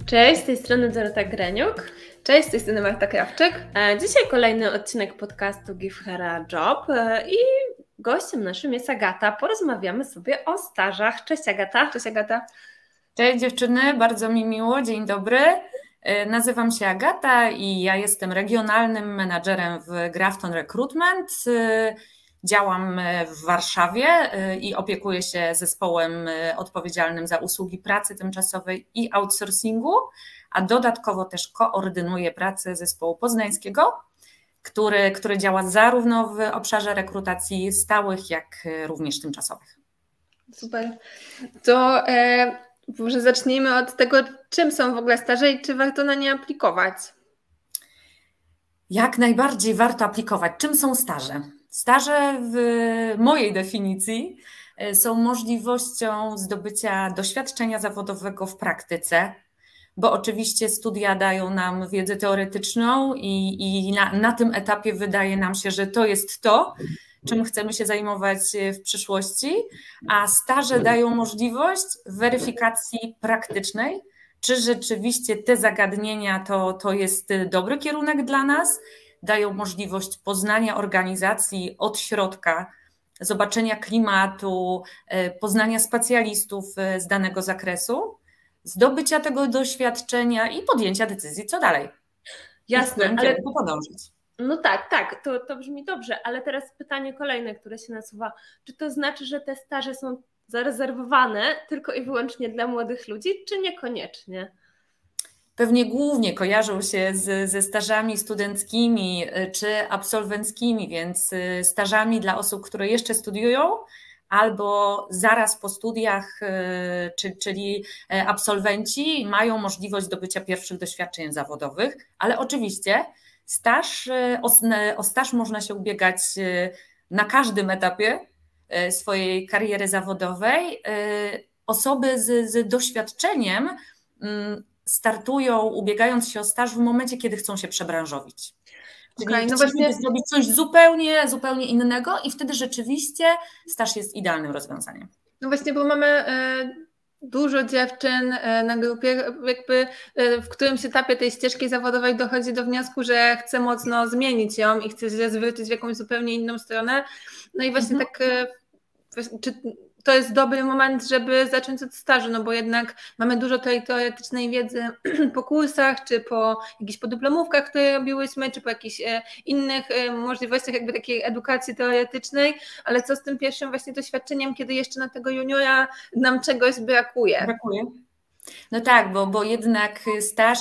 Cześć, z tej strony Dorota Greniuk. Cześć, z tej strony Marta Krawczyk. Dzisiaj kolejny odcinek podcastu Give Her a Job i gościem naszym jest Agata. Porozmawiamy sobie o stażach. Cześć Agata. Cześć Agata. Cześć dziewczyny, bardzo mi miło, dzień dobry. Nazywam się Agata i ja jestem regionalnym menadżerem w Grafton Recruitment. Działam w Warszawie i opiekuję się zespołem odpowiedzialnym za usługi pracy tymczasowej i outsourcingu, a dodatkowo też koordynuję pracę zespołu poznańskiego, który działa zarówno w obszarze rekrutacji stałych, jak również tymczasowych. Super. To może zacznijmy od tego, czym są w ogóle staże i czy warto na nie aplikować? Jak najbardziej warto aplikować. Czym są staże? Staże w mojej definicji są możliwością zdobycia doświadczenia zawodowego w praktyce, bo oczywiście studia dają nam wiedzę teoretyczną i na tym etapie wydaje nam się, że to jest to, czym chcemy się zajmować w przyszłości, a staże dają możliwość weryfikacji praktycznej, czy rzeczywiście te zagadnienia to jest dobry kierunek dla nas, dają możliwość poznania organizacji od środka, zobaczenia klimatu, poznania specjalistów z danego zakresu, zdobycia tego doświadczenia i podjęcia decyzji, co dalej. Jasne, ale podążyć. No tak, to brzmi dobrze, ale teraz pytanie kolejne, które się nasuwa. Czy to znaczy, że te staże są zarezerwowane tylko i wyłącznie dla młodych ludzi, czy niekoniecznie? Pewnie głównie kojarzą się ze stażami studenckimi czy absolwenckimi, więc stażami dla osób, które jeszcze studiują albo zaraz po studiach, czyli absolwenci mają możliwość zdobycia pierwszych doświadczeń zawodowych, ale oczywiście o staż można się ubiegać na każdym etapie swojej kariery zawodowej. Osoby z doświadczeniem startują, ubiegając się o staż w momencie, kiedy chcą się przebranżowić. Czyli no właśnie zrobić coś zupełnie innego i wtedy rzeczywiście staż jest idealnym rozwiązaniem. No właśnie, bo mamy dużo dziewczyn na grupie, jakby w którymś etapie tej ścieżki zawodowej dochodzi do wniosku, że chce mocno zmienić ją i chce się zwrócić w jakąś zupełnie inną stronę. No i właśnie tak, czy to jest dobry moment, żeby zacząć od stażu, no bo jednak mamy dużo tej teoretycznej wiedzy po kursach, czy po jakichś podyplomówkach, które robiłyśmy, czy po jakichś innych możliwościach jakby takiej edukacji teoretycznej, ale co z tym pierwszym właśnie doświadczeniem, kiedy jeszcze na tego juniora nam czegoś brakuje? No tak, bo jednak staż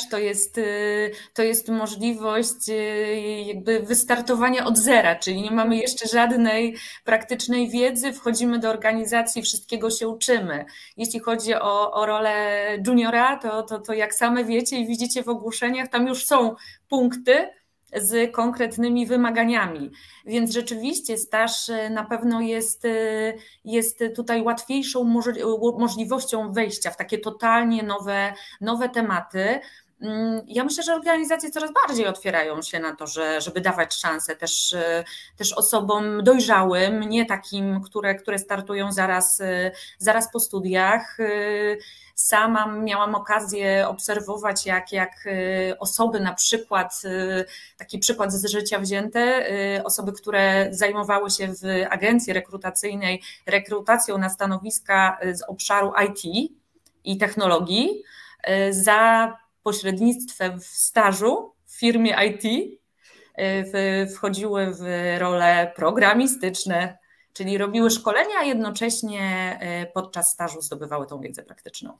to jest możliwość jakby wystartowania od zera, czyli nie mamy jeszcze żadnej praktycznej wiedzy, wchodzimy do organizacji, wszystkiego się uczymy. Jeśli chodzi o rolę juniora, to jak same wiecie i widzicie w ogłoszeniach, tam już są punkty z konkretnymi wymaganiami, więc rzeczywiście staż na pewno jest tutaj łatwiejszą możliwością wejścia w takie totalnie nowe tematy. Ja myślę, że organizacje coraz bardziej otwierają się na to, żeby dawać szansę też osobom dojrzałym, nie takim, które startują zaraz po studiach. Sama miałam okazję obserwować, jak osoby na przykład, taki przykład z życia wzięte, osoby, które zajmowały się w agencji rekrutacyjnej rekrutacją na stanowiska z obszaru IT i technologii, za pośrednictwem w stażu w firmie IT wchodziły w role programistyczne, czyli robiły szkolenia, a jednocześnie podczas stażu zdobywały tą wiedzę praktyczną.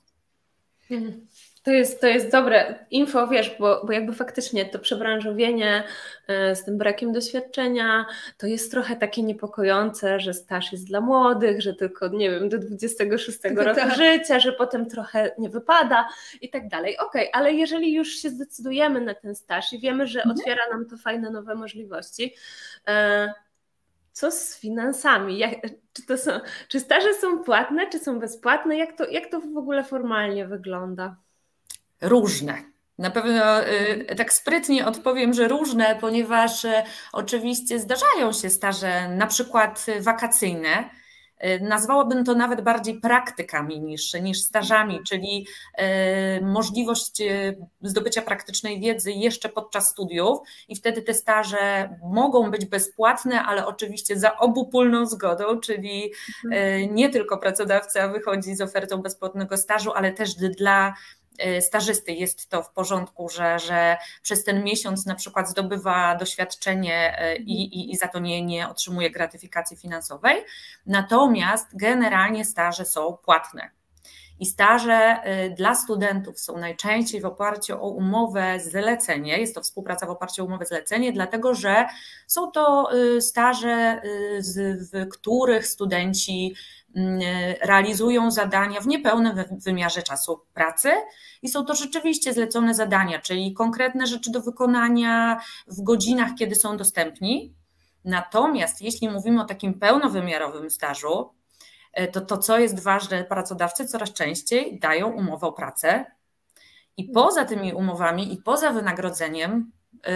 To jest dobre info, wiesz, bo jakby faktycznie to przebranżowienie z tym brakiem doświadczenia, to jest trochę takie niepokojące, że staż jest dla młodych, że tylko, nie wiem, do 26 roku życia, że potem trochę nie wypada i tak dalej. Okej, ale jeżeli już się zdecydujemy na ten staż i wiemy, że otwiera nam to fajne nowe możliwości, co z finansami? Czy staże są płatne, czy są bezpłatne? Jak to w ogóle formalnie wygląda? Różne. Na pewno tak sprytnie odpowiem, że różne, ponieważ oczywiście zdarzają się staże na przykład wakacyjne, Nazwałabym to nawet bardziej praktykami niż stażami, czyli możliwość zdobycia praktycznej wiedzy jeszcze podczas studiów i wtedy te staże mogą być bezpłatne, ale oczywiście za obopólną zgodą, czyli nie tylko pracodawca wychodzi z ofertą bezpłatnego stażu, ale też dla stażysty jest to w porządku, że przez ten miesiąc na przykład zdobywa doświadczenie i za to nie otrzymuje gratyfikacji finansowej. Natomiast generalnie staże są płatne. I staże dla studentów są najczęściej w oparciu o umowę zlecenie, jest to współpraca w oparciu o umowę zlecenie, dlatego że są to staże, w których studenci realizują zadania w niepełnym wymiarze czasu pracy i są to rzeczywiście zlecone zadania, czyli konkretne rzeczy do wykonania w godzinach, kiedy są dostępni. Natomiast jeśli mówimy o takim pełnowymiarowym stażu, to co jest ważne, pracodawcy coraz częściej dają umowę o pracę i poza tymi umowami i poza wynagrodzeniem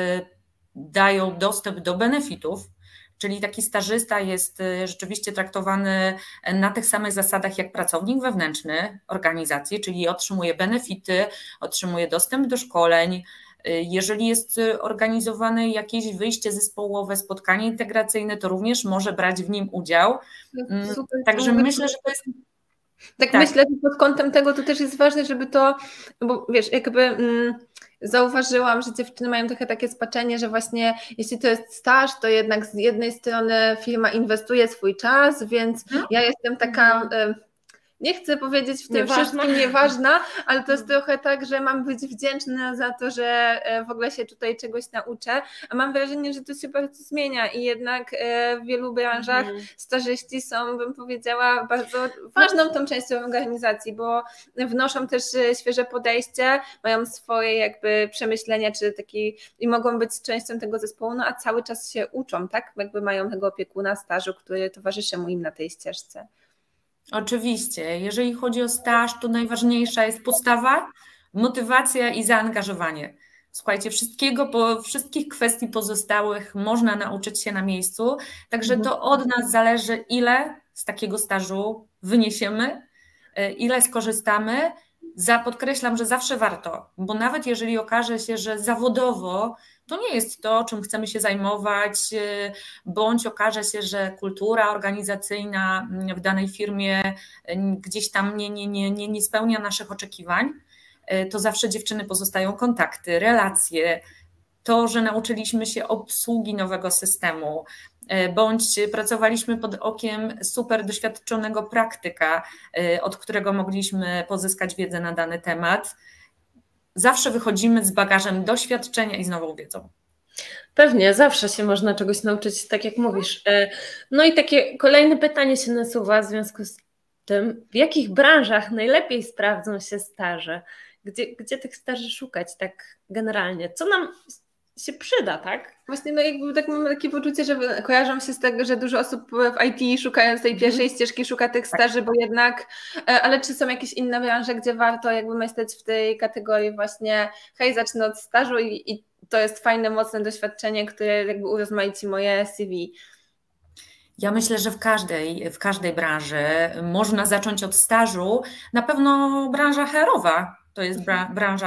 dają dostęp do benefitów, czyli taki stażysta jest rzeczywiście traktowany na tych samych zasadach jak pracownik wewnętrzny organizacji, czyli otrzymuje benefity, otrzymuje dostęp do szkoleń. Jeżeli jest organizowane jakieś wyjście zespołowe, spotkanie integracyjne, to również może brać w nim udział. Super, także myślę, że to jest... Tak, myślę, że pod kątem tego to też jest ważne, żeby to, bo wiesz, jakby zauważyłam, że dziewczyny mają trochę takie spaczenie, że właśnie jeśli to jest staż, to jednak z jednej strony firma inwestuje swój czas, więc ja jestem taka... Nie chcę powiedzieć w tym wszystkim nieważna, ale to jest trochę tak, że mam być wdzięczna za to, że w ogóle się tutaj czegoś nauczę, a mam wrażenie, że to się bardzo zmienia i jednak w wielu branżach stażyści są, bym powiedziała, bardzo ważną tą częścią organizacji, bo wnoszą też świeże podejście, mają swoje jakby przemyślenia, czy taki i mogą być częścią tego zespołu, no a cały czas się uczą, tak? Jakby mają tego opiekuna stażu, który towarzyszy mu im na tej ścieżce. Oczywiście, jeżeli chodzi o staż, to najważniejsza jest postawa, motywacja i zaangażowanie. Słuchajcie, wszystkich kwestii pozostałych można nauczyć się na miejscu, także to od nas zależy, ile z takiego stażu wyniesiemy, ile skorzystamy. Podkreślam, że zawsze warto, bo nawet jeżeli okaże się, że zawodowo to nie jest to, czym chcemy się zajmować, bądź okaże się, że kultura organizacyjna w danej firmie gdzieś tam nie spełnia naszych oczekiwań, to zawsze dziewczyny pozostają kontakty, relacje, to, że nauczyliśmy się obsługi nowego systemu, bądź pracowaliśmy pod okiem super doświadczonego praktyka, od którego mogliśmy pozyskać wiedzę na dany temat. Zawsze wychodzimy z bagażem doświadczenia i z nową wiedzą. Pewnie, zawsze się można czegoś nauczyć, tak jak mówisz. No i takie kolejne pytanie się nasuwa w związku z tym, w jakich branżach najlepiej sprawdzą się staże? Gdzie tych staży szukać tak generalnie? Co nam się przyda, tak? Właśnie no jakby tak mam takie poczucie, że kojarzą się z tego, że dużo osób w IT szukając tej pierwszej ścieżki szuka tych staży, bo jednak, ale czy są jakieś inne branże, gdzie warto jakby myśleć w tej kategorii właśnie hej, zacznę od stażu i to jest fajne, mocne doświadczenie, które jakby urozmaici moje CV. Ja myślę, że w każdej branży można zacząć od stażu. Na pewno branża HR-owa to jest branża,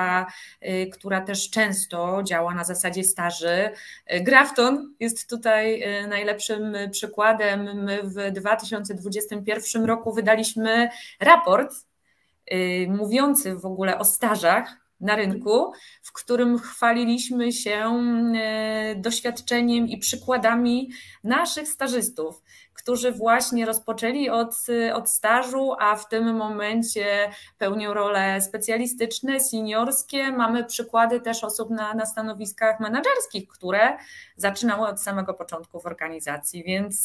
która też często działa na zasadzie staży. Grafton jest tutaj najlepszym przykładem. My w 2021 roku wydaliśmy raport mówiący w ogóle o stażach na rynku, w którym chwaliliśmy się doświadczeniem i przykładami naszych stażystów, którzy właśnie rozpoczęli od stażu, a w tym momencie pełnią role specjalistyczne, seniorskie. Mamy przykłady też osób na stanowiskach menedżerskich, które zaczynały od samego początku w organizacji,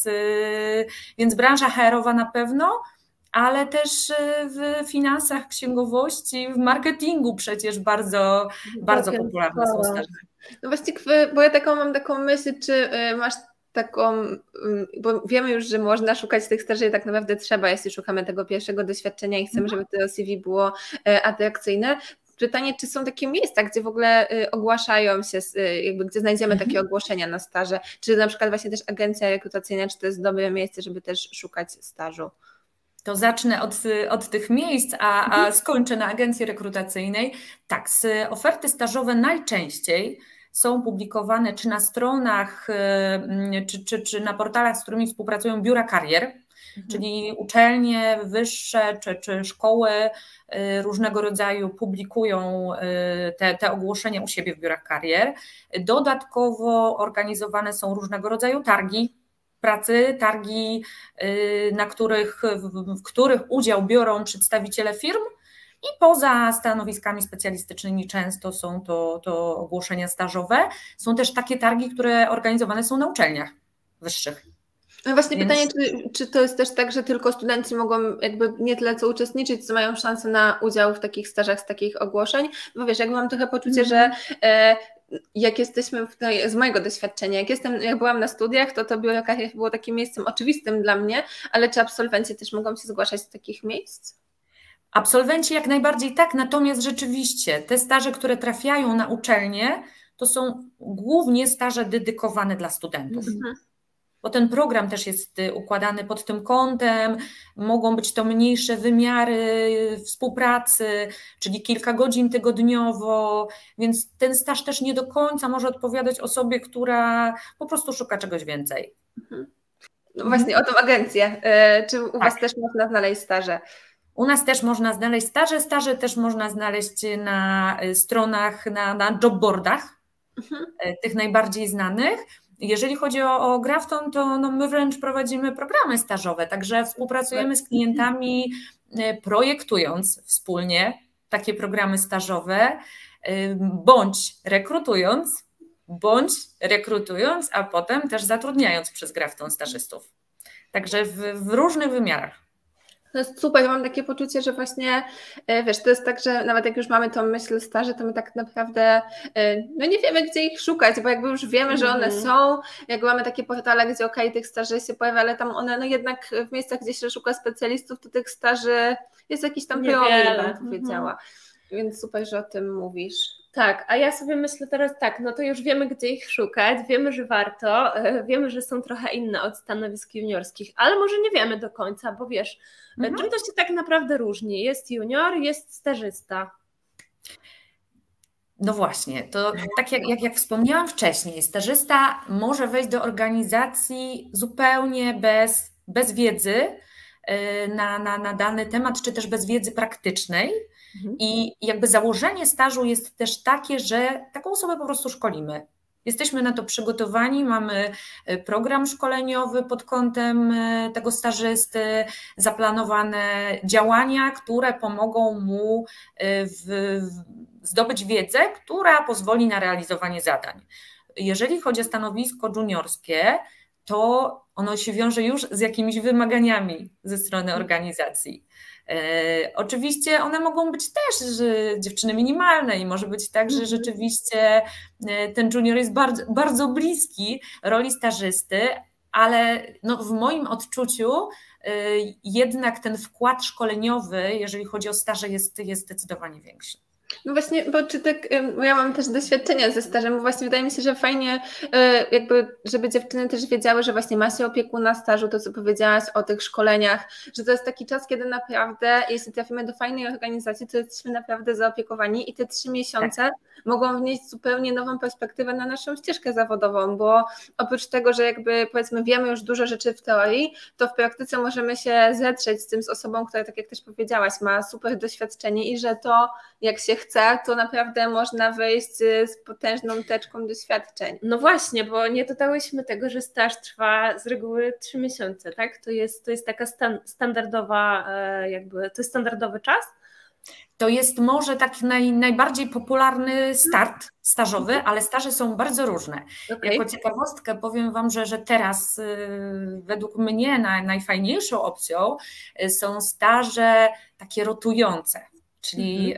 więc branża HR-owa na pewno, ale też w finansach, księgowości, w marketingu przecież bardzo popularne są staże. No właśnie, bo ja mam taką myśl, czy masz taką, bo wiemy już, że można szukać tych staży, tak naprawdę trzeba, jeśli szukamy tego pierwszego doświadczenia i chcemy, żeby to CV było atrakcyjne. pytanie, czy są takie miejsca, gdzie w ogóle ogłaszają się, jakby gdzie znajdziemy takie ogłoszenia na staże, czy na przykład właśnie też agencja rekrutacyjna, czy to jest dobre miejsce, żeby też szukać stażu? To zacznę od tych miejsc, a skończę na agencji rekrutacyjnej. Tak, oferty stażowe najczęściej są publikowane czy na stronach, czy na portalach, z którymi współpracują biura karier, czyli uczelnie wyższe czy szkoły różnego rodzaju publikują te ogłoszenia u siebie w biurach karier. Dodatkowo organizowane są różnego rodzaju targi pracy, targi, w których udział biorą przedstawiciele firm i poza stanowiskami specjalistycznymi często są to ogłoszenia stażowe. Są też takie targi, które organizowane są na uczelniach wyższych. No właśnie pytanie, czy to jest też tak, że tylko studenci mogą jakby nie tyle co uczestniczyć, co mają szansę na udział w takich stażach z takich ogłoszeń? Bo wiesz, jakby mam trochę poczucie, że jak jesteśmy, z mojego doświadczenia, jak byłam na studiach, to biuro karier było takim miejscem oczywistym dla mnie, ale czy absolwenci też mogą się zgłaszać do takich miejsc? Absolwenci jak najbardziej tak, natomiast rzeczywiście te staże, które trafiają na uczelnię, to są głównie staże dedykowane dla studentów. Bo ten program też jest układany pod tym kątem, mogą być to mniejsze wymiary współpracy, czyli kilka godzin tygodniowo, więc ten staż też nie do końca może odpowiadać osobie, która po prostu szuka czegoś więcej. No właśnie o tą agencję. Czy u Was też można znaleźć staże? U nas też można znaleźć staże też można znaleźć na stronach, na jobboardach, tych najbardziej znanych. Jeżeli chodzi o Grafton, to my wręcz prowadzimy programy stażowe, także współpracujemy z klientami, projektując wspólnie takie programy stażowe, bądź rekrutując, a potem też zatrudniając przez Grafton stażystów. Także w różnych wymiarach. To jest super, ja mam takie poczucie, że właśnie, wiesz, to jest tak, że nawet jak już mamy tą myśl staży, to my tak naprawdę nie wiemy, gdzie ich szukać, bo jakby już wiemy, że one są, jak mamy takie portale, gdzie tych staży się pojawia, ale tam one, jednak w miejscach, gdzie się szuka specjalistów, to tych staży jest jakiś tam promil, bym powiedziała. Więc super, że o tym mówisz. Tak, a ja sobie myślę teraz tak, no to już wiemy, gdzie ich szukać, wiemy, że warto, wiemy, że są trochę inne od stanowisk juniorskich, ale może nie wiemy do końca, bo wiesz, czym to się tak naprawdę różni? Jest junior, jest stażysta. No właśnie, to tak jak wspomniałam wcześniej, stażysta może wejść do organizacji zupełnie bez wiedzy na dany temat, czy też bez wiedzy praktycznej. I jakby założenie stażu jest też takie, że taką osobę po prostu szkolimy. Jesteśmy na to przygotowani, mamy program szkoleniowy pod kątem tego stażysty, zaplanowane działania, które pomogą mu zdobyć wiedzę, która pozwoli na realizowanie zadań. Jeżeli chodzi o stanowisko juniorskie, to ono się wiąże już z jakimiś wymaganiami ze strony organizacji. Oczywiście one mogą być też dziewczyny minimalne i może być tak, że rzeczywiście ten junior jest bardzo, bardzo bliski roli stażysty, ale w moim odczuciu jednak ten wkład szkoleniowy, jeżeli chodzi o staże, jest zdecydowanie większy. No właśnie, bo ja mam też doświadczenia ze stażem, bo właśnie wydaje mi się, że fajnie jakby, żeby dziewczyny też wiedziały, że właśnie ma się opiekuna stażu, to co powiedziałaś o tych szkoleniach, że to jest taki czas, kiedy naprawdę, jeśli trafimy do fajnej organizacji, to jesteśmy naprawdę zaopiekowani i te 3 miesiące mogą wnieść zupełnie nową perspektywę na naszą ścieżkę zawodową, bo oprócz tego, że jakby powiedzmy wiemy już dużo rzeczy w teorii, to w praktyce możemy się zetrzeć z osobą, która, tak jak też powiedziałaś, ma super doświadczenie i że to, jak się chce, to naprawdę można wyjść z potężną teczką doświadczeń. No właśnie, bo nie dodałyśmy tego, że staż trwa z reguły 3 miesiące, tak? To jest taka standardowa, to jest standardowy czas? To jest może taki najbardziej popularny start stażowy, ale staże są bardzo różne. Jako ciekawostkę powiem Wam, że teraz według mnie najfajniejszą opcją są staże takie rotujące. Czyli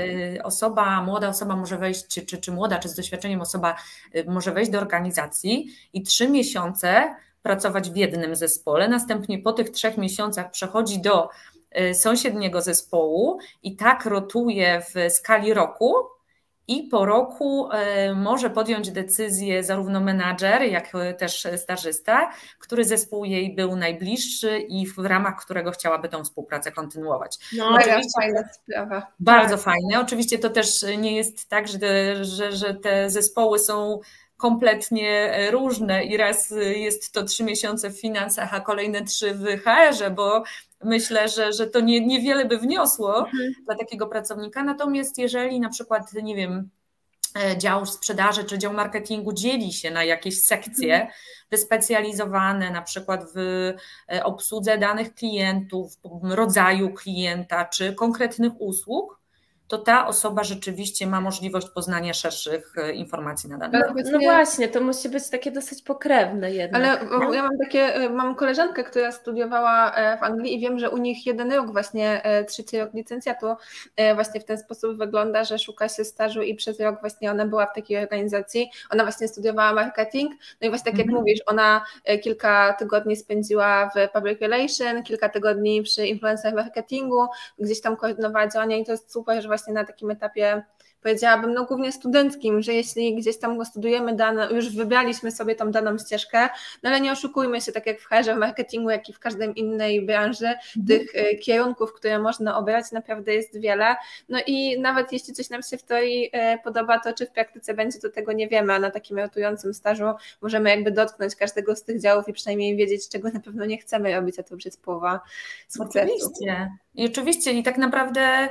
młoda osoba może wejść, czy młoda, czy z doświadczeniem osoba może wejść do organizacji i 3 miesiące pracować w jednym zespole, następnie po tych 3 miesiącach przechodzi do sąsiedniego zespołu i tak rotuje w skali roku. I po roku może podjąć decyzję zarówno menadżer, jak też stażysta, który zespół jej był najbliższy i w ramach którego chciałaby tą współpracę kontynuować. No, oczywiście fajna sprawa. Bardzo fajne. Oczywiście to też nie jest tak, że te zespoły są kompletnie różne i raz jest to 3 miesiące w finansach, a kolejne 3 w HR-ze, bo myślę, że to niewiele by wniosło dla takiego pracownika. Natomiast jeżeli na przykład, nie wiem, dział sprzedaży czy dział marketingu dzieli się na jakieś sekcje wyspecjalizowane, na przykład w obsłudze danych klientów, rodzaju klienta czy konkretnych usług, to ta osoba rzeczywiście ma możliwość poznania szerszych informacji na danym rynku. No właśnie, to musi być takie dosyć pokrewne jednak. Ale ja mam koleżankę, która studiowała w Anglii i wiem, że u nich jeden rok właśnie, 3. rok licencjatu właśnie w ten sposób wygląda, że szuka się stażu i przez rok właśnie ona była w takiej organizacji, ona właśnie studiowała marketing, no i właśnie tak jak mówisz, ona kilka tygodni spędziła w public relation, kilka tygodni przy influencer marketingu, gdzieś tam koordynowała działania i to jest super, że właśnie na takim etapie, powiedziałabym, no głównie studenckim, że jeśli gdzieś tam go studujemy, już wybraliśmy sobie tą daną ścieżkę, no ale nie oszukujmy się, tak jak w HR-ze, w marketingu, jak i w każdej innej branży, tych kierunków, które można obrać, naprawdę jest wiele, no i nawet jeśli coś nam się w teorii podoba, to czy w praktyce będzie, to tego nie wiemy, a na takim rotującym stażu możemy jakby dotknąć każdego z tych działów i przynajmniej wiedzieć, czego na pewno nie chcemy robić, a to już jest połowa sukcesu. Oczywiście i tak naprawdę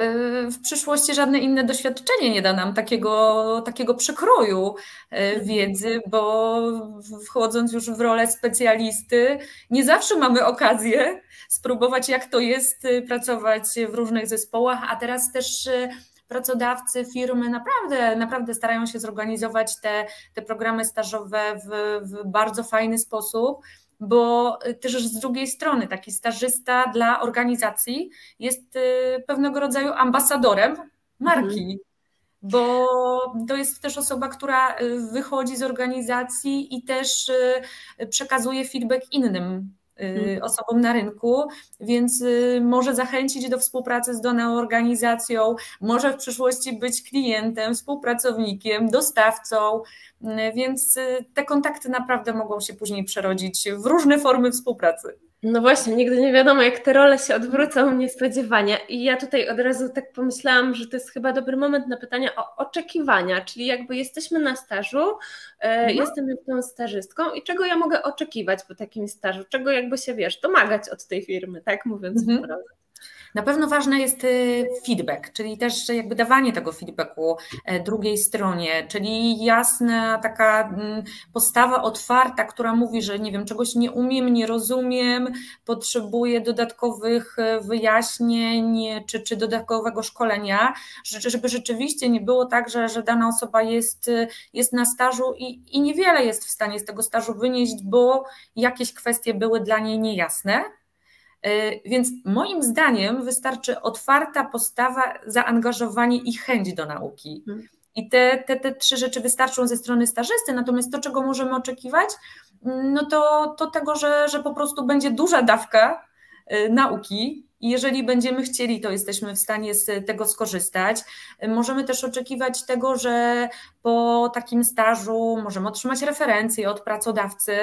w przyszłości żadne inne doświadczenie nie da nam takiego przekroju wiedzy, bo wchodząc już w rolę specjalisty, nie zawsze mamy okazję spróbować, jak to jest pracować w różnych zespołach, a teraz też pracodawcy, firmy naprawdę starają się zorganizować te programy stażowe w bardzo fajny sposób, bo też z drugiej strony taki stażysta dla organizacji jest pewnego rodzaju ambasadorem marki, bo to jest też osoba, która wychodzi z organizacji i też przekazuje feedback innym osobom na rynku, więc może zachęcić do współpracy z daną organizacją, może w przyszłości być klientem, współpracownikiem, dostawcą, więc te kontakty naprawdę mogą się później przerodzić w różne formy współpracy. No właśnie, nigdy nie wiadomo, jak te role się odwrócą niespodziewanie. I ja tutaj od razu tak pomyślałam, że to jest chyba dobry moment na pytania o oczekiwania, czyli jakby jesteśmy na stażu, jestem tą stażystką i czego ja mogę oczekiwać po takim stażu, czego jakby się, domagać od tej firmy, tak mówiąc wprost. Na pewno ważny jest feedback, czyli też jakby dawanie tego feedbacku drugiej stronie, czyli jasna taka postawa otwarta, która mówi, że nie wiem, czegoś nie umiem, nie rozumiem, potrzebuję dodatkowych wyjaśnień czy dodatkowego szkolenia, żeby rzeczywiście nie było tak, że dana osoba jest na stażu i niewiele jest w stanie z tego stażu wynieść, bo jakieś kwestie były dla niej niejasne. Więc moim zdaniem wystarczy otwarta postawa, zaangażowanie i chęć do nauki. I te 3 rzeczy wystarczą ze strony stażysty, natomiast to, czego możemy oczekiwać, no to tego, że po prostu będzie duża dawka nauki i jeżeli będziemy chcieli, to jesteśmy w stanie z tego skorzystać. Możemy też oczekiwać tego, że po takim stażu możemy otrzymać referencje od pracodawcy,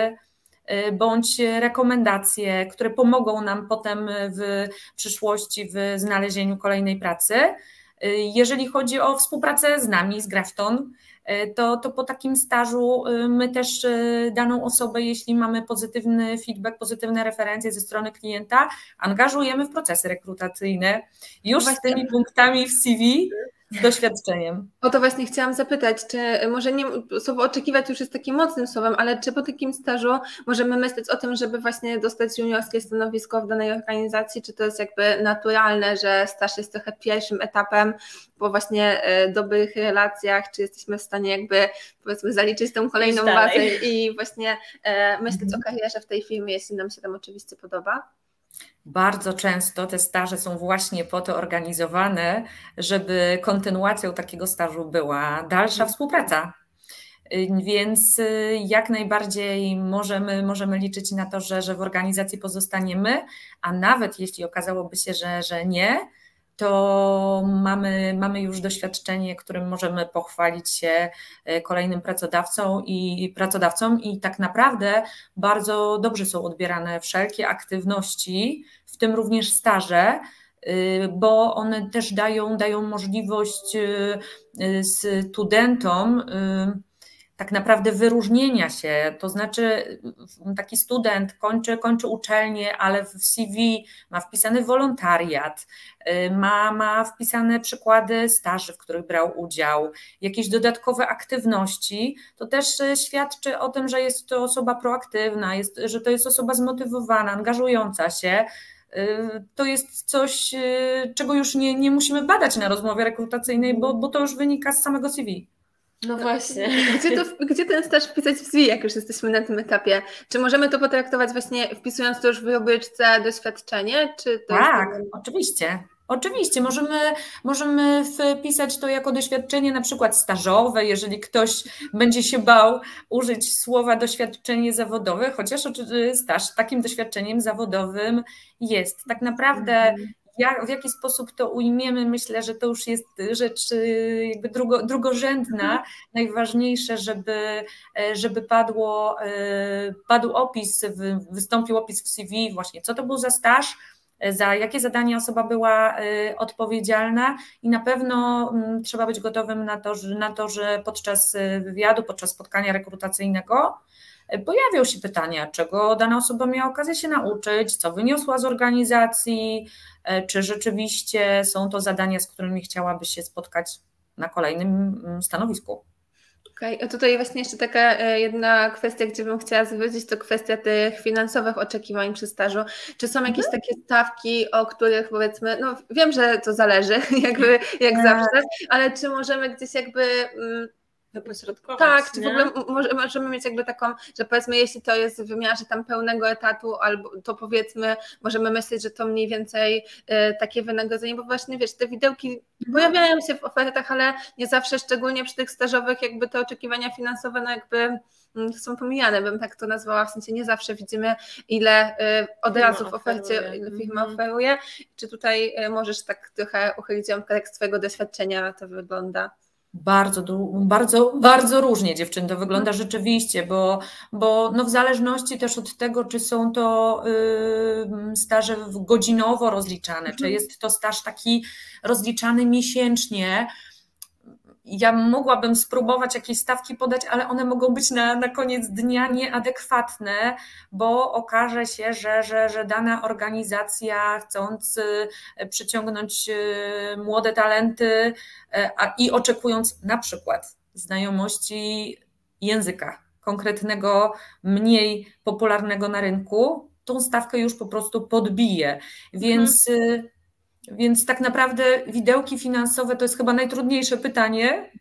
bądź rekomendacje, które pomogą nam potem w przyszłości w znalezieniu kolejnej pracy. Jeżeli chodzi o współpracę z nami, z Grafton, to po takim stażu my też daną osobę, jeśli mamy pozytywny feedback, pozytywne referencje ze strony klienta, angażujemy w procesy rekrutacyjne już z tymi punktami w CV, z doświadczeniem. O to właśnie chciałam zapytać, czy może nie, słowo oczekiwać już jest takim mocnym słowem, ale czy po takim stażu możemy myśleć o tym, żeby właśnie dostać juniorskie stanowisko w danej organizacji, czy to jest jakby naturalne, że staż jest trochę pierwszym etapem po właśnie dobrych relacjach, czy jesteśmy w stanie jakby powiedzmy zaliczyć tą kolejną bazę i właśnie myśleć o karierze w tej firmie, jeśli nam się tam oczywiście podoba? Bardzo często te staże są właśnie po to organizowane, żeby kontynuacją takiego stażu była dalsza współpraca. Więc jak najbardziej możemy liczyć na to, że w organizacji pozostaniemy, a nawet jeśli okazałoby się, że nie, to mamy już doświadczenie, którym możemy pochwalić się kolejnym pracodawcom i tak naprawdę bardzo dobrze są odbierane wszelkie aktywności, w tym również staże, bo one też dają możliwość studentom tak naprawdę wyróżnienia się, to znaczy taki student kończy uczelnię, ale w CV ma wpisany wolontariat, ma wpisane przykłady staży, w których brał udział, jakieś dodatkowe aktywności, to też świadczy o tym, że jest to osoba proaktywna, że to jest osoba zmotywowana, angażująca się. To jest coś, czego już nie musimy badać na rozmowie rekrutacyjnej, bo to już wynika z samego CV. No właśnie. Gdzie ten staż wpisać w CV, jak już jesteśmy na tym etapie? Czy możemy to potraktować właśnie wpisując to już w obryczce doświadczenie? Czy to tak, oczywiście. Oczywiście, możemy wpisać to jako doświadczenie na przykład stażowe, jeżeli ktoś będzie się bał użyć słowa doświadczenie zawodowe, chociaż staż takim doświadczeniem zawodowym jest. Tak naprawdę w jaki sposób to ujmiemy, myślę, że to już jest rzecz jakby drugorzędna. Najważniejsze, żeby padł opis, wystąpił opis w CV właśnie, co to był za staż, za jakie zadania osoba była odpowiedzialna i na pewno trzeba być gotowym na to, że podczas wywiadu, podczas spotkania rekrutacyjnego pojawią się pytania, czego dana osoba miała okazję się nauczyć, co wyniosła z organizacji, czy rzeczywiście są to zadania, z którymi chciałaby się spotkać na kolejnym stanowisku. Okej, a tutaj właśnie jeszcze taka jedna kwestia, gdzie bym chciała zwrócić, to kwestia tych finansowych oczekiwań przy stażu. Czy są jakieś takie stawki, o których powiedzmy, no wiem, że to zależy, jak zawsze, ale czy możemy gdzieś jakby wypośrodkować. Tak, czy w ogóle możemy mieć jakby taką, że powiedzmy, jeśli to jest w wymiarze tam pełnego etatu, albo to powiedzmy, możemy myśleć, że to mniej więcej takie wynagrodzenie, bo właśnie wiesz, te widełki pojawiają się w ofertach, ale nie zawsze, szczególnie przy tych stażowych, jakby te oczekiwania finansowe, no jakby są pomijane, bym tak to nazwała, w sensie nie zawsze widzimy, ile od razu w ofercie ile firma oferuje. Czy tutaj możesz tak trochę uchylić ją w kontekst swojego doświadczenia, to wygląda? Bardzo różnie, dziewczyn, to wygląda rzeczywiście, bo no w zależności też od tego, czy są to staże godzinowo rozliczane, czy jest to staż taki rozliczany miesięcznie. Ja mogłabym spróbować jakieś stawki podać, ale one mogą być na koniec dnia nieadekwatne, bo okaże się, że dana organizacja, chcąc przyciągnąć młode talenty i oczekując na przykład znajomości języka konkretnego, mniej popularnego na rynku, tą stawkę już po prostu podbije. Więc tak naprawdę widełki finansowe to jest chyba najtrudniejsze pytanie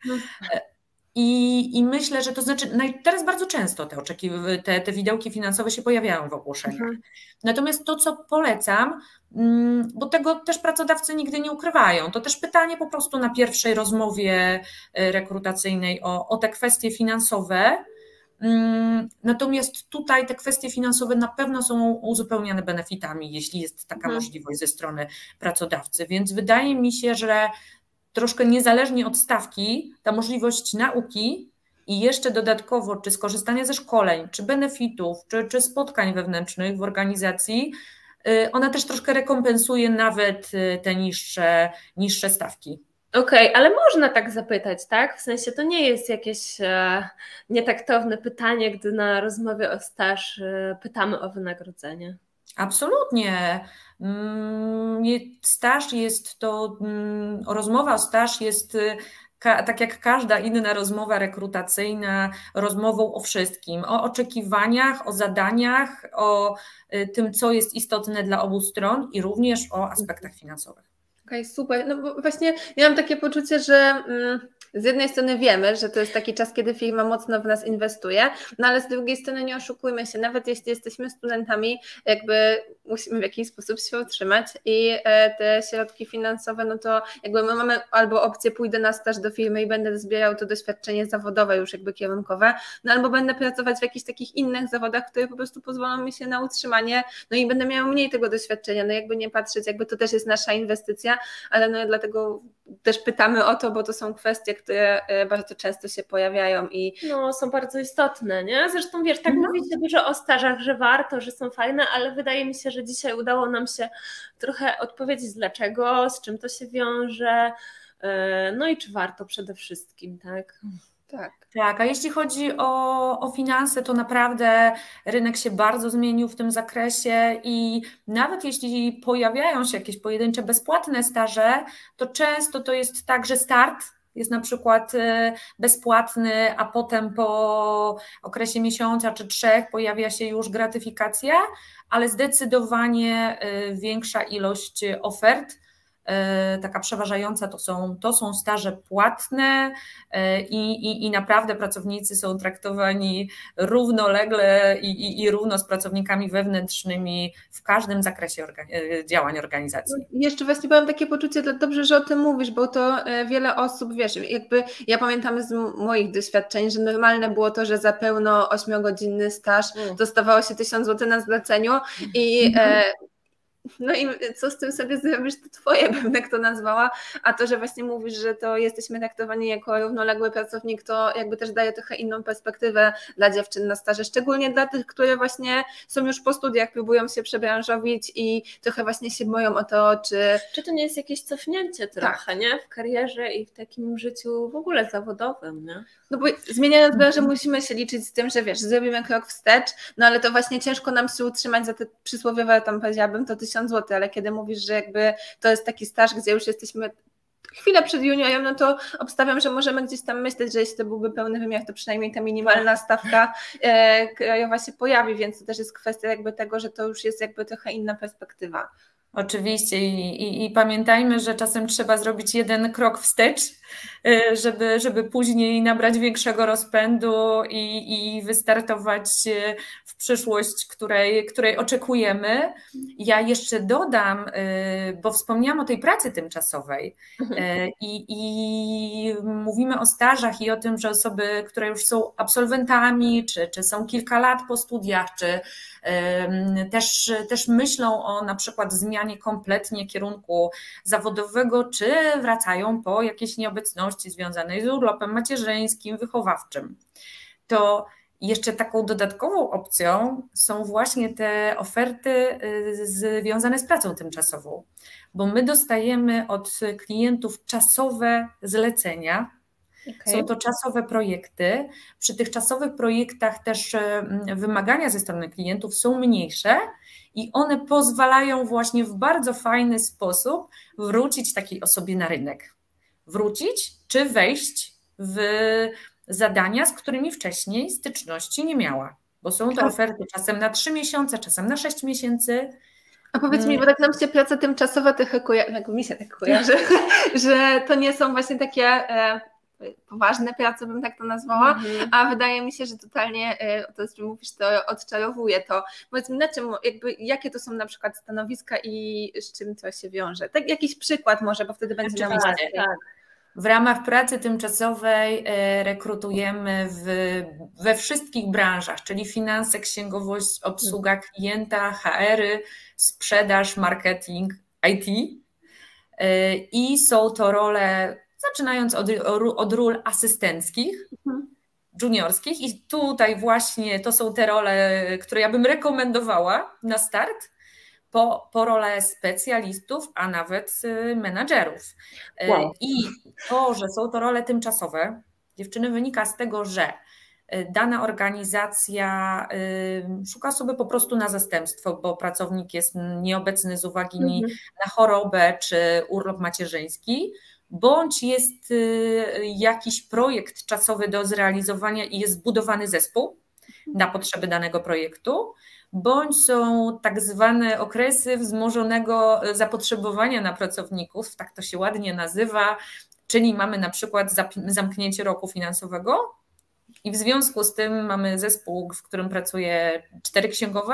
i myślę, że to znaczy teraz bardzo często te widełki finansowe się pojawiają w ogłoszeniach. Natomiast to, co polecam, bo tego też pracodawcy nigdy nie ukrywają, to też pytanie po prostu na pierwszej rozmowie rekrutacyjnej o te kwestie finansowe. Natomiast tutaj te kwestie finansowe na pewno są uzupełniane benefitami, jeśli jest taka możliwość ze strony pracodawcy, więc wydaje mi się, że troszkę niezależnie od stawki ta możliwość nauki i jeszcze dodatkowo czy skorzystania ze szkoleń, czy benefitów, czy spotkań wewnętrznych w organizacji, ona też troszkę rekompensuje nawet te niższe stawki. Okej, ale można tak zapytać, tak? W sensie to nie jest jakieś nietaktowne pytanie, gdy na rozmowie o staż pytamy o wynagrodzenie. Absolutnie. Staż jest to, rozmowa o staż jest tak jak każda inna rozmowa rekrutacyjna, rozmową o wszystkim, o oczekiwaniach, o zadaniach, o tym, co jest istotne dla obu stron i również o aspektach finansowych. Okej, super. No bo właśnie ja mam takie poczucie, że z jednej strony wiemy, że to jest taki czas, kiedy firma mocno w nas inwestuje, no ale z drugiej strony nie oszukujmy się, nawet jeśli jesteśmy studentami, jakby musimy w jakiś sposób się utrzymać i te środki finansowe, no to jakby my mamy albo opcję pójdę na staż do firmy i będę zbierał to doświadczenie zawodowe już jakby kierunkowe, no albo będę pracować w jakichś takich innych zawodach, które po prostu pozwolą mi się na utrzymanie, no i będę miał mniej tego doświadczenia, no jakby nie patrzeć, jakby to też jest nasza inwestycja, ale no dlatego też pytamy o to, bo to są kwestie, które bardzo często się pojawiają i no, są bardzo istotne, nie? Zresztą wiesz, tak mówicie dużo o stażach, że warto, że są fajne, ale wydaje mi się, że dzisiaj udało nam się trochę odpowiedzieć dlaczego, z czym to się wiąże, no i czy warto przede wszystkim, tak? Tak, a jeśli chodzi o finanse, to naprawdę rynek się bardzo zmienił w tym zakresie i nawet jeśli pojawiają się jakieś pojedyncze bezpłatne staże, to często to jest tak, że start jest na przykład bezpłatny, a potem po okresie miesiąca czy 3 pojawia się już gratyfikacja, ale zdecydowanie większa ilość ofert, taka przeważająca to są staże płatne i naprawdę pracownicy są traktowani równolegle i równo z pracownikami wewnętrznymi w każdym zakresie działań organizacji. Jeszcze właśnie mam takie poczucie, dobrze, że o tym mówisz, bo to wiele osób, wiesz, jakby ja pamiętam z moich doświadczeń, że normalne było to, że za pełno 8-godzinny staż dostawało się 1000 zł na zleceniu i no i co z tym sobie zrobisz, to twoje, bym tak to nazwała, a to, że właśnie mówisz, że to jesteśmy traktowani jako równoległy pracownik, to jakby też daje trochę inną perspektywę dla dziewczyn na staże, szczególnie dla tych, które właśnie są już po studiach, próbują się przebranżowić i trochę właśnie się boją o to, czy to nie jest jakieś cofnięcie trochę, nie? W karierze i w takim życiu w ogóle zawodowym, nie? No bo zmieniając branżę musimy się liczyć z tym, że wiesz, zrobimy krok wstecz, no ale to właśnie ciężko nam się utrzymać za te przysłowiowe, tam powiedziałabym, to 1000 zł, ale kiedy mówisz, że jakby to jest taki staż, gdzie już jesteśmy chwilę przed juniorem, no to obstawiam, że możemy gdzieś tam myśleć, że jeśli to byłby pełny wymiar, to przynajmniej ta minimalna stawka krajowa się pojawi, więc to też jest kwestia jakby tego, że to już jest jakby trochę inna perspektywa. Oczywiście i pamiętajmy, że czasem trzeba zrobić jeden krok wstecz, żeby później nabrać większego rozpędu i wystartować w przyszłość, której oczekujemy. Ja jeszcze dodam, bo wspomniałam o tej pracy tymczasowej i mówimy o stażach i o tym, że osoby, które już są absolwentami, czy są kilka lat po studiach, czy też myślą o na przykład zmianie kompletnie kierunku zawodowego, czy wracają po jakiejś nieobecności związanej z urlopem macierzyńskim, wychowawczym. To jeszcze taką dodatkową opcją są właśnie te oferty związane z pracą tymczasową, bo my dostajemy od klientów czasowe zlecenia. Okay. Są to czasowe projekty. Przy tych czasowych projektach też wymagania ze strony klientów są mniejsze i one pozwalają właśnie w bardzo fajny sposób wrócić takiej osobie na rynek. Wrócić czy wejść w zadania, z którymi wcześniej styczności nie miała, bo są to oferty czasem na 3 miesiące, czasem na 6 miesięcy. A powiedz mi, bo tak nam się praca tymczasowa trochę mi się tak kojarzy, że to nie są właśnie takie poważne prace, bym tak to nazwała, a wydaje mi się, że totalnie to, o czym mówisz, to odczarowuje to. Powiedz mi, na czym, jakby, jakie to są na przykład stanowiska i z czym to się wiąże? Tak, jakiś przykład może, bo wtedy będzie nam łatwiej. Tak. W ramach pracy tymczasowej rekrutujemy we wszystkich branżach, czyli finanse, księgowość, obsługa klienta, HR-y, sprzedaż, marketing, IT. I są to role, zaczynając od ról asystenckich, juniorskich i tutaj właśnie to są te role, które ja bym rekomendowała na start, po rolę specjalistów, a nawet menadżerów. Wow. I to, że są to role tymczasowe, dziewczyny, wynika z tego, że dana organizacja szuka osoby po prostu na zastępstwo, bo pracownik jest nieobecny z uwagi na chorobę czy urlop macierzyński, bądź jest jakiś projekt czasowy do zrealizowania i jest zbudowany zespół, na potrzeby danego projektu, bądź są tak zwane okresy wzmożonego zapotrzebowania na pracowników, tak to się ładnie nazywa, czyli mamy na przykład zamknięcie roku finansowego i w związku z tym mamy zespół, w którym pracuje 4 księgowe,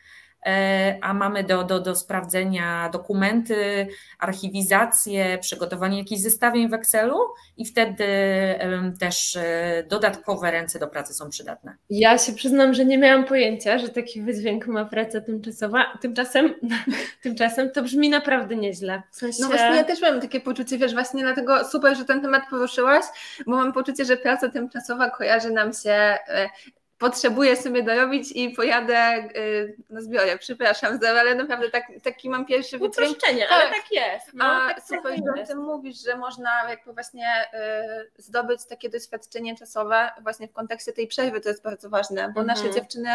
a mamy do sprawdzenia dokumenty, archiwizację, przygotowanie jakichś zestawień w Excelu i wtedy też dodatkowe ręce do pracy są przydatne. Ja się przyznam, że nie miałam pojęcia, że taki wydźwięk ma praca tymczasowa. Tymczasem to brzmi naprawdę nieźle. W sensie... No właśnie ja też mam takie poczucie, wiesz, właśnie dlatego super, że ten temat poruszyłaś, bo mam poczucie, że praca tymczasowa kojarzy nam się... Potrzebuję sobie dorobić i pojadę na zbiorę, przepraszam, ale naprawdę taki mam pierwszy wydźwięk. Uproszczenie, ale tak jest. No, A tak super, że o tym mówisz, że można jakby właśnie zdobyć takie doświadczenie czasowe właśnie w kontekście tej przerwy, to jest bardzo ważne, bo nasze dziewczyny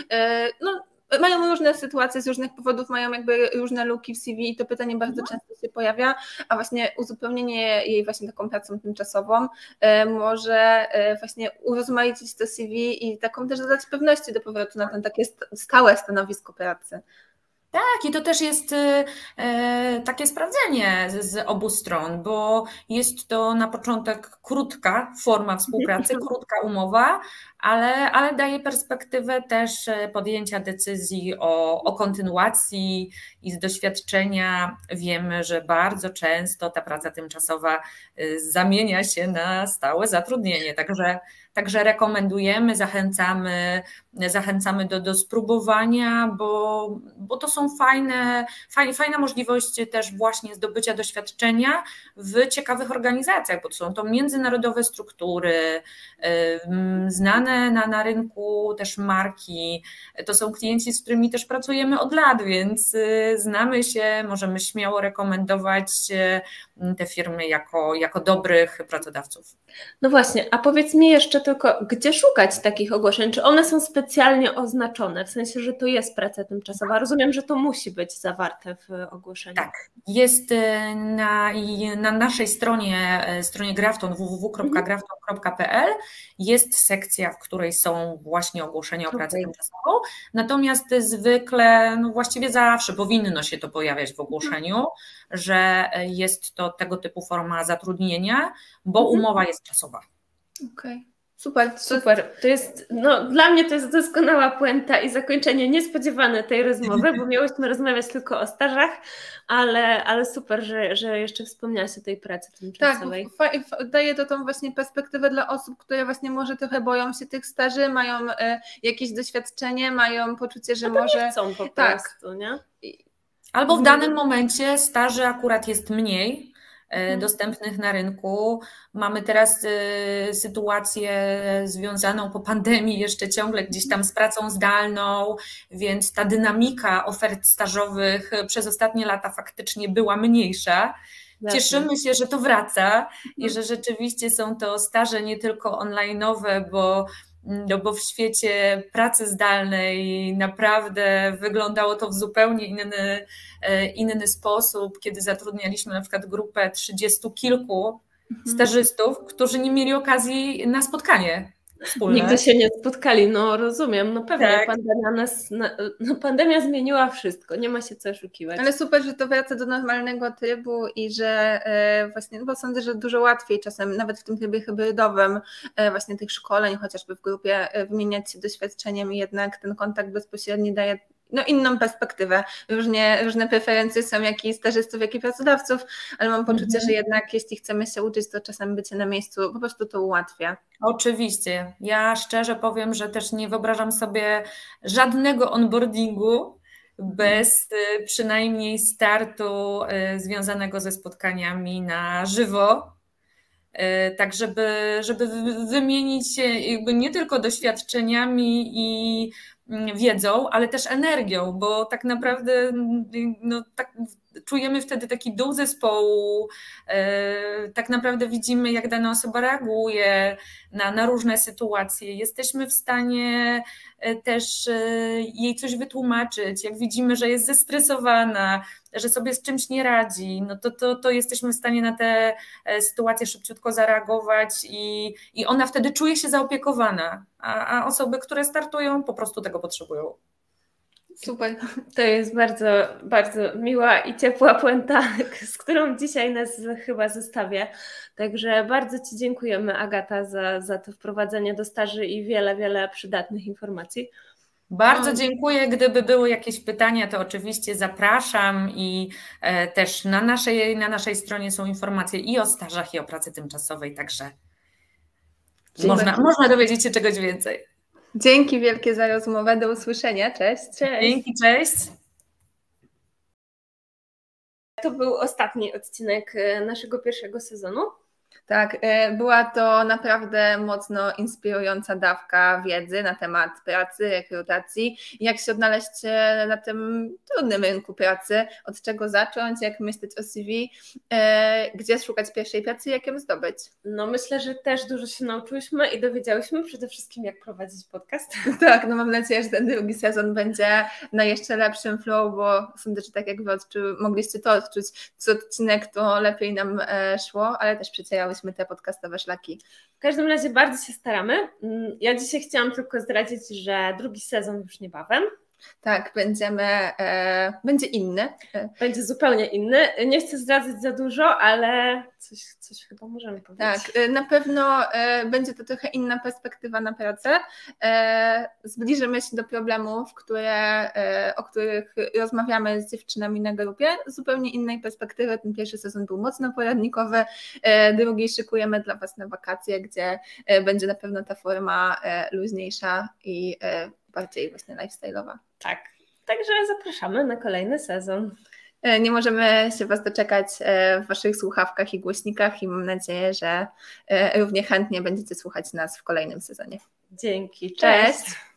mają różne sytuacje, z różnych powodów mają jakby różne luki w CV i to pytanie bardzo często się pojawia, a właśnie uzupełnienie jej właśnie taką pracą tymczasową może właśnie urozmaicić to CV i taką też dodać pewności do powrotu na ten takie stałe stanowisko pracy. Tak, i to też jest takie sprawdzenie z obu stron, bo jest to na początek krótka forma współpracy, krótka umowa, ale daje perspektywę też podjęcia decyzji o kontynuacji i z doświadczenia wiemy, że bardzo często ta praca tymczasowa zamienia się na stałe zatrudnienie, Także rekomendujemy, zachęcamy do spróbowania, bo to są fajna możliwość też właśnie zdobycia doświadczenia w ciekawych organizacjach, bo są to międzynarodowe struktury, znane na rynku też marki, to są klienci, z którymi też pracujemy od lat, więc znamy się, możemy śmiało rekomendować te firmy jako dobrych pracodawców. No właśnie, a powiedz mi jeszcze tylko, gdzie szukać takich ogłoszeń? Czy one są specjalnie oznaczone, w sensie, że to jest praca tymczasowa? Rozumiem, że to musi być zawarte w ogłoszeniu. Tak, jest na naszej stronie Grafton, www.grafton.pl jest sekcja, w której są właśnie ogłoszenia o pracę tymczasową, natomiast zwykle, właściwie zawsze powinno się to pojawiać w ogłoszeniu, że jest to tego typu forma zatrudnienia, bo umowa jest czasowa. Okej. Super. To jest, dla mnie to jest doskonała puenta i zakończenie niespodziewane tej rozmowy, bo miałyśmy rozmawiać tylko o stażach, ale super, że jeszcze wspomniałaś o tej pracy tymczasowej. Tak, daje to tą właśnie perspektywę dla osób, które właśnie może trochę boją się tych staży, mają jakieś doświadczenie, mają poczucie, że może... nie chcą po prostu, nie? Albo w danym momencie staży akurat jest mniej dostępnych na rynku. Mamy teraz sytuację związaną po pandemii jeszcze ciągle gdzieś tam z pracą zdalną, więc ta dynamika ofert stażowych przez ostatnie lata faktycznie była mniejsza. Cieszymy się, że to wraca i że rzeczywiście są to staże nie tylko online'owe, bo w świecie pracy zdalnej naprawdę wyglądało to w zupełnie inny sposób, kiedy zatrudnialiśmy na przykład grupę 30 kilku stażystów, którzy nie mieli okazji na spotkanie wspólne. Nigdy się nie spotkali, rozumiem, pewnie tak. Pandemia zmieniła wszystko, nie ma się co oszukiwać. Ale super, że to wraca do normalnego trybu i że właśnie, bo sądzę, że dużo łatwiej czasem, nawet w tym trybie hybrydowym właśnie tych szkoleń, chociażby w grupie wymieniać się doświadczeniem i jednak ten kontakt bezpośredni daje inną perspektywę. Różne preferencje są jak i stażystów, jak i pracodawców, ale mam poczucie, że jednak jeśli chcemy się uczyć, to czasem bycie na miejscu po prostu to ułatwia. Oczywiście. Ja szczerze powiem, że też nie wyobrażam sobie żadnego onboardingu bez przynajmniej startu związanego ze spotkaniami na żywo, tak żeby wymienić się jakby nie tylko doświadczeniami i wiedzą, ale też energią, bo tak naprawdę czujemy wtedy taki dół zespołu, tak naprawdę widzimy, jak dana osoba reaguje na różne sytuacje, jesteśmy w stanie też jej coś wytłumaczyć, jak widzimy, że jest zestresowana, że sobie z czymś nie radzi, to jesteśmy w stanie na te sytuacje szybciutko zareagować i ona wtedy czuje się zaopiekowana, a osoby, które startują, po prostu tego potrzebują. Super. To jest bardzo, bardzo miła i ciepła puenta, z którą dzisiaj nas chyba zostawię. Także bardzo Ci dziękujemy, Agata, za to wprowadzenie do staży i wiele, wiele przydatnych informacji. Bardzo dziękuję. Gdyby były jakieś pytania, to oczywiście zapraszam i też na naszej stronie są informacje i o stażach, i o pracy tymczasowej, także można dowiedzieć się czegoś więcej. Dzięki wielkie za rozmowę. Do usłyszenia. Cześć. Dzięki, cześć. To był ostatni odcinek naszego pierwszego sezonu. Tak, była to naprawdę mocno inspirująca dawka wiedzy na temat pracy, rekrutacji, jak się odnaleźć na tym trudnym rynku pracy, od czego zacząć, jak myśleć o CV, gdzie szukać pierwszej pracy, jak ją zdobyć. No myślę, że też dużo się nauczyłyśmy i dowiedziałyśmy przede wszystkim, jak prowadzić podcast. Tak, no mam nadzieję, że ten drugi sezon będzie na jeszcze lepszym flow, bo sądzę, że tak jak Wy mogliście to odczuć, co odcinek to lepiej nam szło, ale też przecierałyśmy te podcastowe szlaki. W każdym razie bardzo się staramy. Ja dzisiaj chciałam tylko zdradzić, że drugi sezon już niebawem. Tak, będzie inny. Będzie zupełnie inny. Nie chcę zdradzać za dużo, ale coś chyba możemy powiedzieć. Tak, na pewno będzie to trochę inna perspektywa na pracę. Zbliżymy się do problemów, o których rozmawiamy z dziewczynami na grupie, z zupełnie innej perspektywy. Ten pierwszy sezon był mocno poradnikowy, drugi szykujemy dla Was na wakacje, gdzie będzie na pewno ta forma luźniejsza i bardziej właśnie lifestyle'owa. Tak, także zapraszamy na kolejny sezon. Nie możemy się Was doczekać w Waszych słuchawkach i głośnikach i mam nadzieję, że równie chętnie będziecie słuchać nas w kolejnym sezonie. Dzięki, cześć!